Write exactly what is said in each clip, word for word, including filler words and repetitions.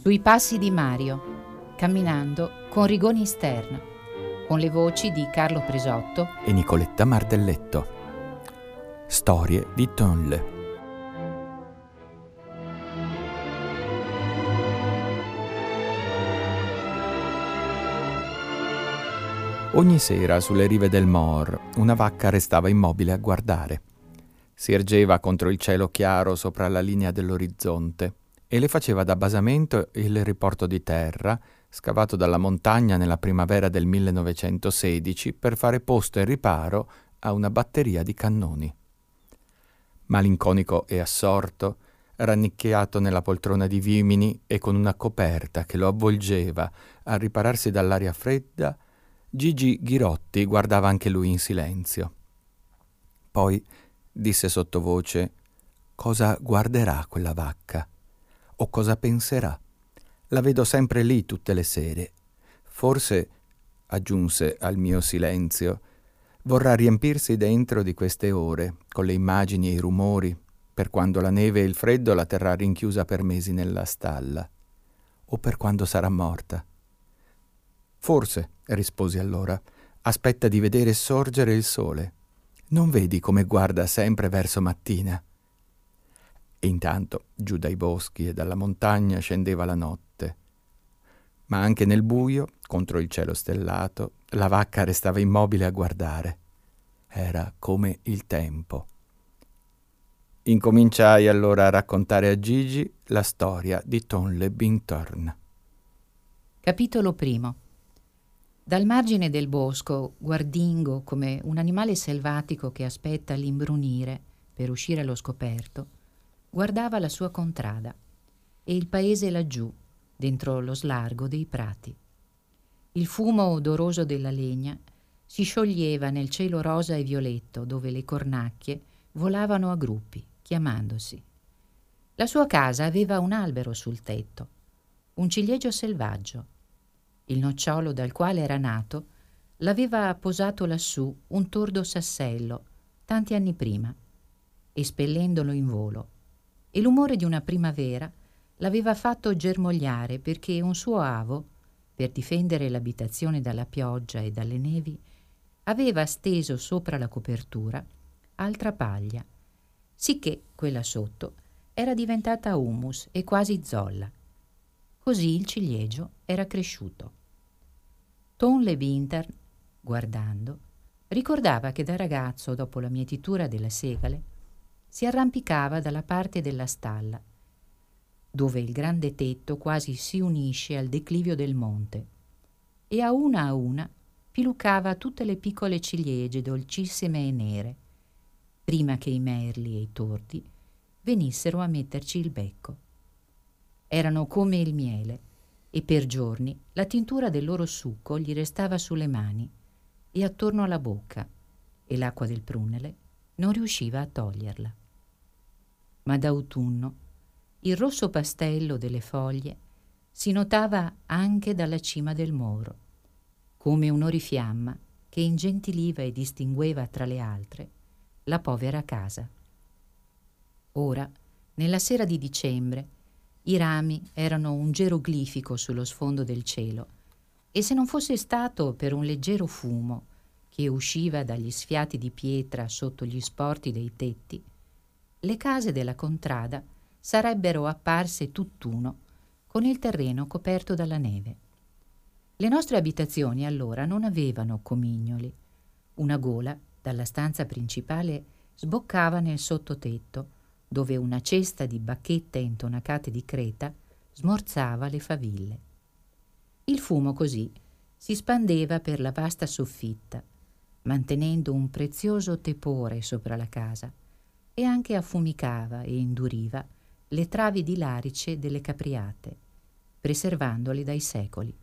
Sui passi di Mario, camminando con Rigoni in sterna, con le voci di Carlo Presotto e Nicoletta Martelletto. Storie di Tonle. Ogni sera sulle rive del Moor una vacca restava immobile a guardare. Si ergeva contro il cielo chiaro sopra la linea dell'orizzonte e le faceva da basamento il riporto di terra scavato dalla montagna nella primavera del millenovecentosedici per fare posto e riparo a una batteria di cannoni. Malinconico e assorto, rannicchiato nella poltrona di vimini e con una coperta che lo avvolgeva a ripararsi dall'aria fredda, Gigi Ghirotti guardava anche lui in silenzio. Poi disse sottovoce: «Cosa guarderà quella vacca? O cosa penserà? La vedo sempre lì tutte le sere. Forse», aggiunse al mio silenzio, «vorrà riempirsi dentro di queste ore, con le immagini e i rumori, per quando la neve e il freddo la terrà rinchiusa per mesi nella stalla. O per quando sarà morta». «Forse», risposi allora, «aspetta di vedere sorgere il sole. Non vedi come guarda sempre verso mattina?» E intanto, giù dai boschi e dalla montagna scendeva la notte. Ma anche nel buio, contro il cielo stellato, la vacca restava immobile a guardare. Era come il tempo. Incominciai allora a raccontare a Gigi la storia di Tonle Bintorn. Capitolo primo. Dal margine del bosco, guardingo come un animale selvatico che aspetta l'imbrunire per uscire allo scoperto, guardava la sua contrada e il paese laggiù, dentro lo slargo dei prati. Il fumo odoroso della legna si scioglieva nel cielo rosa e violetto, dove le cornacchie volavano a gruppi, chiamandosi. La sua casa aveva un albero sul tetto, un ciliegio selvaggio. Il nocciolo dal quale era nato l'aveva posato lassù un tordo sassello tanti anni prima, espellendolo in volo, e l'umore di una primavera l'aveva fatto germogliare perché un suo avo, per difendere l'abitazione dalla pioggia e dalle nevi, aveva steso sopra la copertura altra paglia, sicché quella sotto era diventata humus e quasi zolla. Così il ciliegio era cresciuto. Tonle Bintorn, guardando, ricordava che da ragazzo, dopo la mietitura delle segale, si arrampicava dalla parte della stalla, dove il grande tetto quasi si unisce al declivio del monte, e a una a una pilucava tutte le piccole ciliegie dolcissime e nere, prima che i merli e i tordi venissero a metterci il becco. Erano come il miele, e per giorni la tintura del loro succo gli restava sulle mani e attorno alla bocca, e l'acqua del prunele non riusciva a toglierla. Ma d'autunno il rosso pastello delle foglie si notava anche dalla cima del moro, come un'orifiamma che ingentiliva e distingueva tra le altre la povera casa. Ora, nella sera di dicembre, i rami erano un geroglifico sullo sfondo del cielo, e se non fosse stato per un leggero fumo che usciva dagli sfiati di pietra sotto gli sporti dei tetti, le case della contrada sarebbero apparse tutt'uno con il terreno coperto dalla neve. Le nostre abitazioni allora non avevano comignoli. Una gola dalla stanza principale sboccava nel sottotetto, dove una cesta di bacchette intonacate di creta smorzava le faville. Il fumo così si spandeva per la vasta soffitta, mantenendo un prezioso tepore sopra la casa, e anche affumicava e induriva le travi di larice delle capriate, preservandole dai secoli.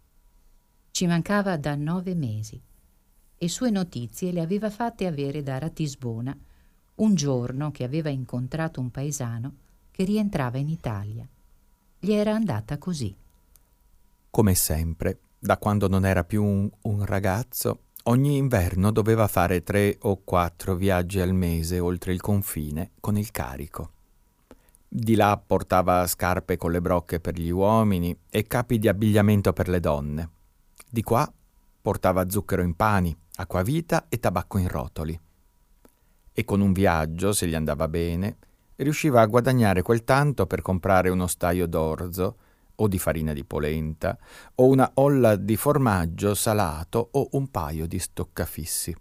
Ci mancava da nove mesi, e sue notizie le aveva fatte avere da Ratisbona un giorno che aveva incontrato un paesano che rientrava in Italia. Gli era andata così. Come sempre, da quando non era più un, un ragazzo, ogni inverno doveva fare tre o quattro viaggi al mese oltre il confine con il carico. Di là portava scarpe con le brocche per gli uomini e capi di abbigliamento per le donne. Di qua portava zucchero in pani, acquavita e tabacco in rotoli. E con un viaggio, se gli andava bene, riusciva a guadagnare quel tanto per comprare uno staio d'orzo o di farina di polenta o una olla di formaggio salato o un paio di stoccafissi.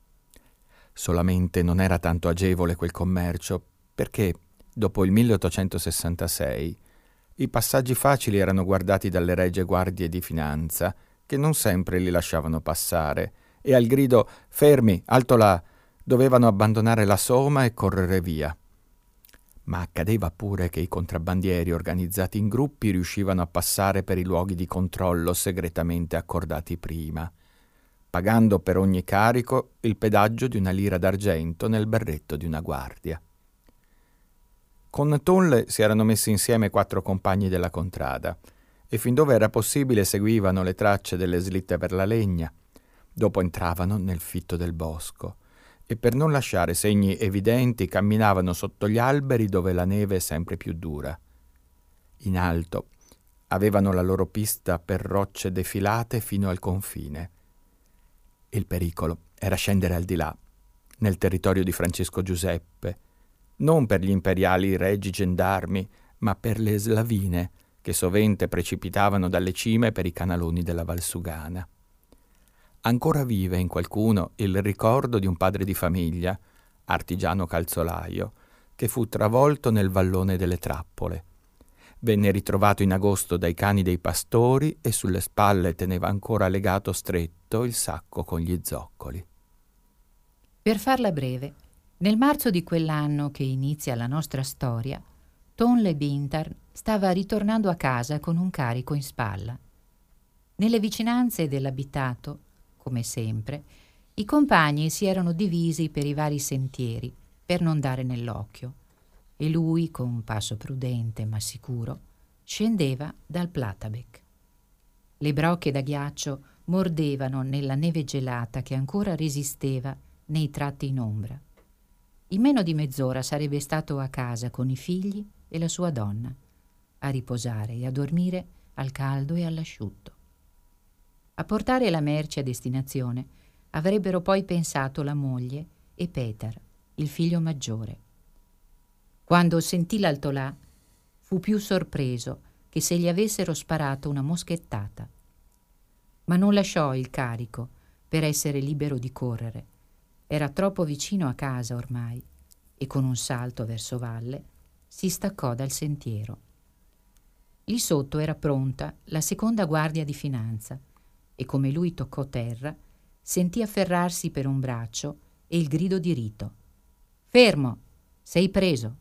Solamente non era tanto agevole quel commercio perché dopo il milleottocentosessantasei i passaggi facili erano guardati dalle regie guardie di finanza, che non sempre li lasciavano passare, e al grido «Fermi, alto là!» dovevano abbandonare la soma e correre via. Ma accadeva pure che i contrabbandieri organizzati in gruppi riuscivano a passare per i luoghi di controllo segretamente accordati prima, pagando per ogni carico il pedaggio di una lira d'argento nel berretto di una guardia. Con Tonle si erano messi insieme quattro compagni della contrada e fin dove era possibile seguivano le tracce delle slitte per la legna. Dopo entravano nel fitto del bosco e per non lasciare segni evidenti camminavano sotto gli alberi dove la neve è sempre più dura. In alto avevano la loro pista per rocce defilate fino al confine. Il pericolo era scendere al di là, nel territorio di Francesco Giuseppe, non per gli imperiali regi gendarmi, ma per le slavine che sovente precipitavano dalle cime per i canaloni della Valsugana. Ancora vive in qualcuno il ricordo di un padre di famiglia, artigiano calzolaio, che fu travolto nel vallone delle trappole. Venne ritrovato in agosto dai cani dei pastori e sulle spalle teneva ancora legato stretto il sacco con gli zoccoli. Per farla breve, nel marzo di quell'anno che inizia la nostra storia, Tonle Bintarn stava ritornando a casa con un carico in spalla. Nelle vicinanze dell'abitato, come sempre, i compagni si erano divisi per i vari sentieri per non dare nell'occhio e lui, con un passo prudente ma sicuro, scendeva dal Platabek. Le brocche da ghiaccio mordevano nella neve gelata che ancora resisteva nei tratti in ombra. In meno di mezz'ora sarebbe stato a casa con i figli e la sua donna, a riposare e a dormire al caldo e all'asciutto. A portare la merce a destinazione avrebbero poi pensato la moglie e Peter, il figlio maggiore. Quando sentì l'altolà, fu più sorpreso che se gli avessero sparato una moschettata. Ma non lasciò il carico per essere libero di correre. Era troppo vicino a casa ormai e con un salto verso valle si staccò dal sentiero. Lì sotto era pronta la seconda guardia di finanza e come lui toccò terra sentì afferrarsi per un braccio e il grido di rito: «Fermo! Sei preso!»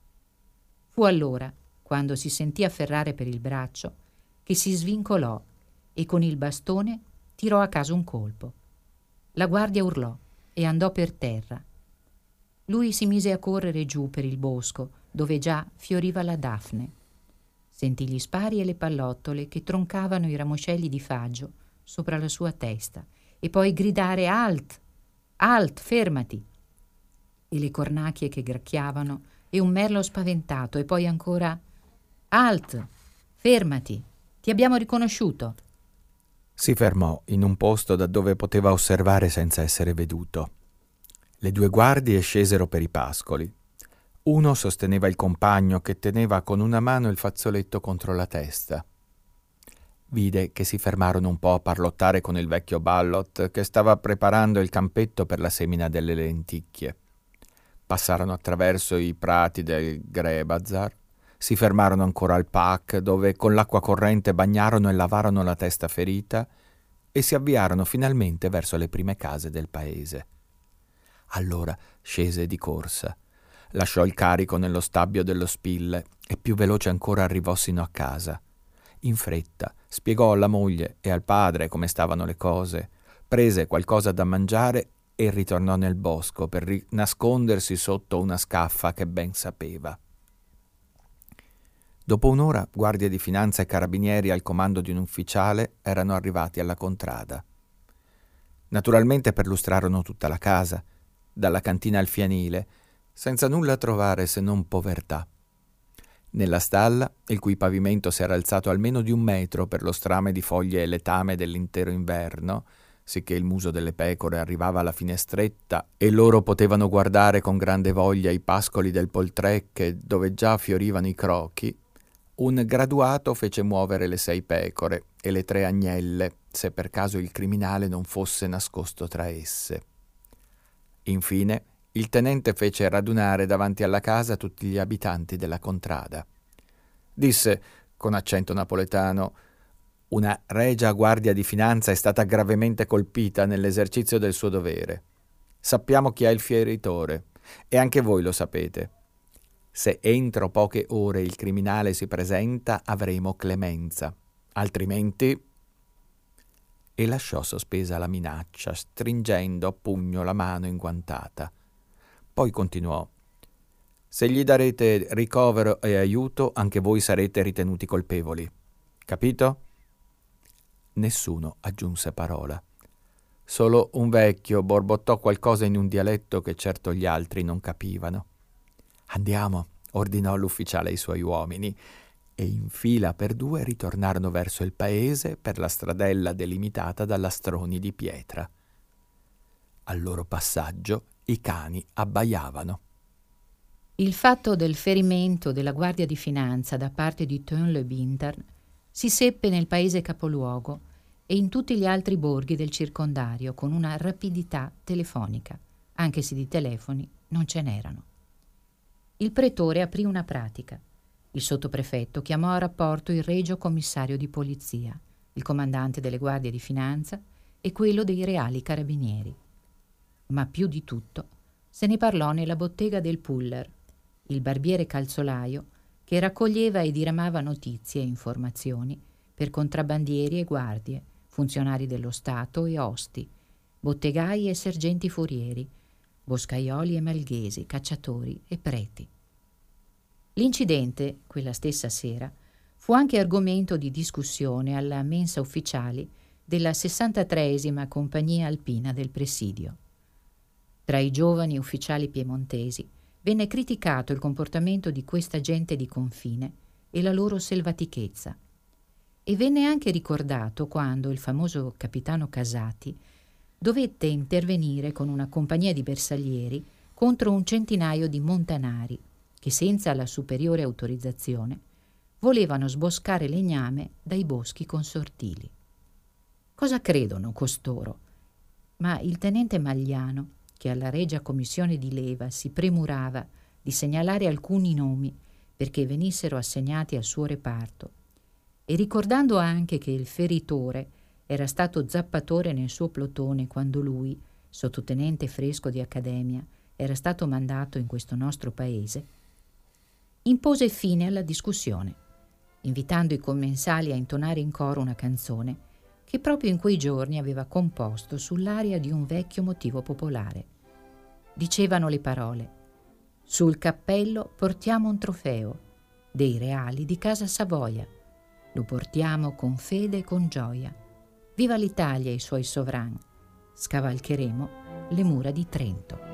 Fu allora, quando si sentì afferrare per il braccio, che si svincolò e con il bastone tirò a caso un colpo. La guardia urlò e andò per terra. Lui si mise a correre giù per il bosco, dove già fioriva la Daphne. Sentì gli spari e le pallottole che troncavano i ramoscelli di faggio sopra la sua testa e poi gridare «Alt! Alt! Fermati!» e le cornacchie che gracchiavano e un merlo spaventato e poi ancora «Alt! Fermati! Ti abbiamo riconosciuto!» Si fermò in un posto da dove poteva osservare senza essere veduto. Le due guardie scesero per i pascoli. Uno sosteneva il compagno che teneva con una mano il fazzoletto contro la testa. Vide che si fermarono un po' a parlottare con il vecchio Ballot che stava preparando il campetto per la semina delle lenticchie. Passarono attraverso i prati del Grebazar, si fermarono ancora al Pac, dove con l'acqua corrente bagnarono e lavarono la testa ferita, e si avviarono finalmente verso le prime case del paese. Allora scese di corsa, lasciò il carico nello stabbio dello Spille e più veloce ancora arrivò sino a casa. In fretta spiegò alla moglie e al padre come stavano le cose, prese qualcosa da mangiare e ritornò nel bosco per ri- nascondersi sotto una scaffa che ben sapeva. Dopo un'ora, guardie di finanza e carabinieri al comando di un ufficiale erano arrivati alla contrada. Naturalmente perlustrarono tutta la casa, dalla cantina al fianile, senza nulla trovare se non povertà. Nella stalla, il cui pavimento si era alzato almeno di un metro per lo strame di foglie e letame dell'intero inverno, sicché il muso delle pecore arrivava alla finestretta e loro potevano guardare con grande voglia i pascoli del poltrecche dove già fiorivano i crochi, un graduato fece muovere le sei pecore e le tre agnelle, se per caso il criminale non fosse nascosto tra esse. Infine, il tenente fece radunare davanti alla casa tutti gli abitanti della contrada. Disse, con accento napoletano: «Una regia guardia di finanza è stata gravemente colpita nell'esercizio del suo dovere. Sappiamo chi è il fieritore, e anche voi lo sapete. Se entro poche ore il criminale si presenta, avremo clemenza. Altrimenti...» E lasciò sospesa la minaccia, stringendo a pugno la mano inguantata. Poi continuò: «Se gli darete ricovero e aiuto, anche voi sarete ritenuti colpevoli. Capito?» Nessuno aggiunse parola. Solo un vecchio borbottò qualcosa in un dialetto che certo gli altri non capivano. «Andiamo», ordinò l'ufficiale ai suoi uomini, e in fila per due ritornarono verso il paese per la stradella delimitata da lastroni di pietra. Al loro passaggio i cani abbaiavano. Il fatto del ferimento della Guardia di Finanza da parte di Tonlé-Bintern si seppe nel paese capoluogo e in tutti gli altri borghi del circondario con una rapidità telefonica, anche se di telefoni non ce n'erano. Il pretore aprì una pratica. Il sottoprefetto chiamò a rapporto il regio commissario di polizia, il comandante delle guardie di finanza e quello dei reali carabinieri. Ma più di tutto se ne parlò nella bottega del Puller, il barbiere calzolaio che raccoglieva e diramava notizie e informazioni per contrabbandieri e guardie, funzionari dello Stato e osti, bottegai e sergenti furieri, boscaioli e malghesi, cacciatori e preti. L'incidente, quella stessa sera, fu anche argomento di discussione alla mensa ufficiali della sessantatreesima Compagnia Alpina del Presidio. Tra i giovani ufficiali piemontesi venne criticato il comportamento di questa gente di confine e la loro selvatichezza, e venne anche ricordato quando il famoso capitano Casati dovette intervenire con una compagnia di bersaglieri contro un centinaio di montanari che senza la superiore autorizzazione volevano sboscare legname dai boschi consortili. Cosa credono costoro? Ma il tenente Magliano, che alla Regia Commissione di Leva si premurava di segnalare alcuni nomi perché venissero assegnati al suo reparto, e ricordando anche che il feritore era stato zappatore nel suo plotone quando lui, sottotenente fresco di accademia, era stato mandato in questo nostro paese, impose fine alla discussione, invitando i commensali a intonare in coro una canzone che proprio in quei giorni aveva composto sull'aria di un vecchio motivo popolare. Dicevano le parole: «Sul cappello portiamo un trofeo dei reali di Casa Savoia, lo portiamo con fede e con gioia. Viva l'Italia e i suoi sovran, scavalcheremo le mura di Trento».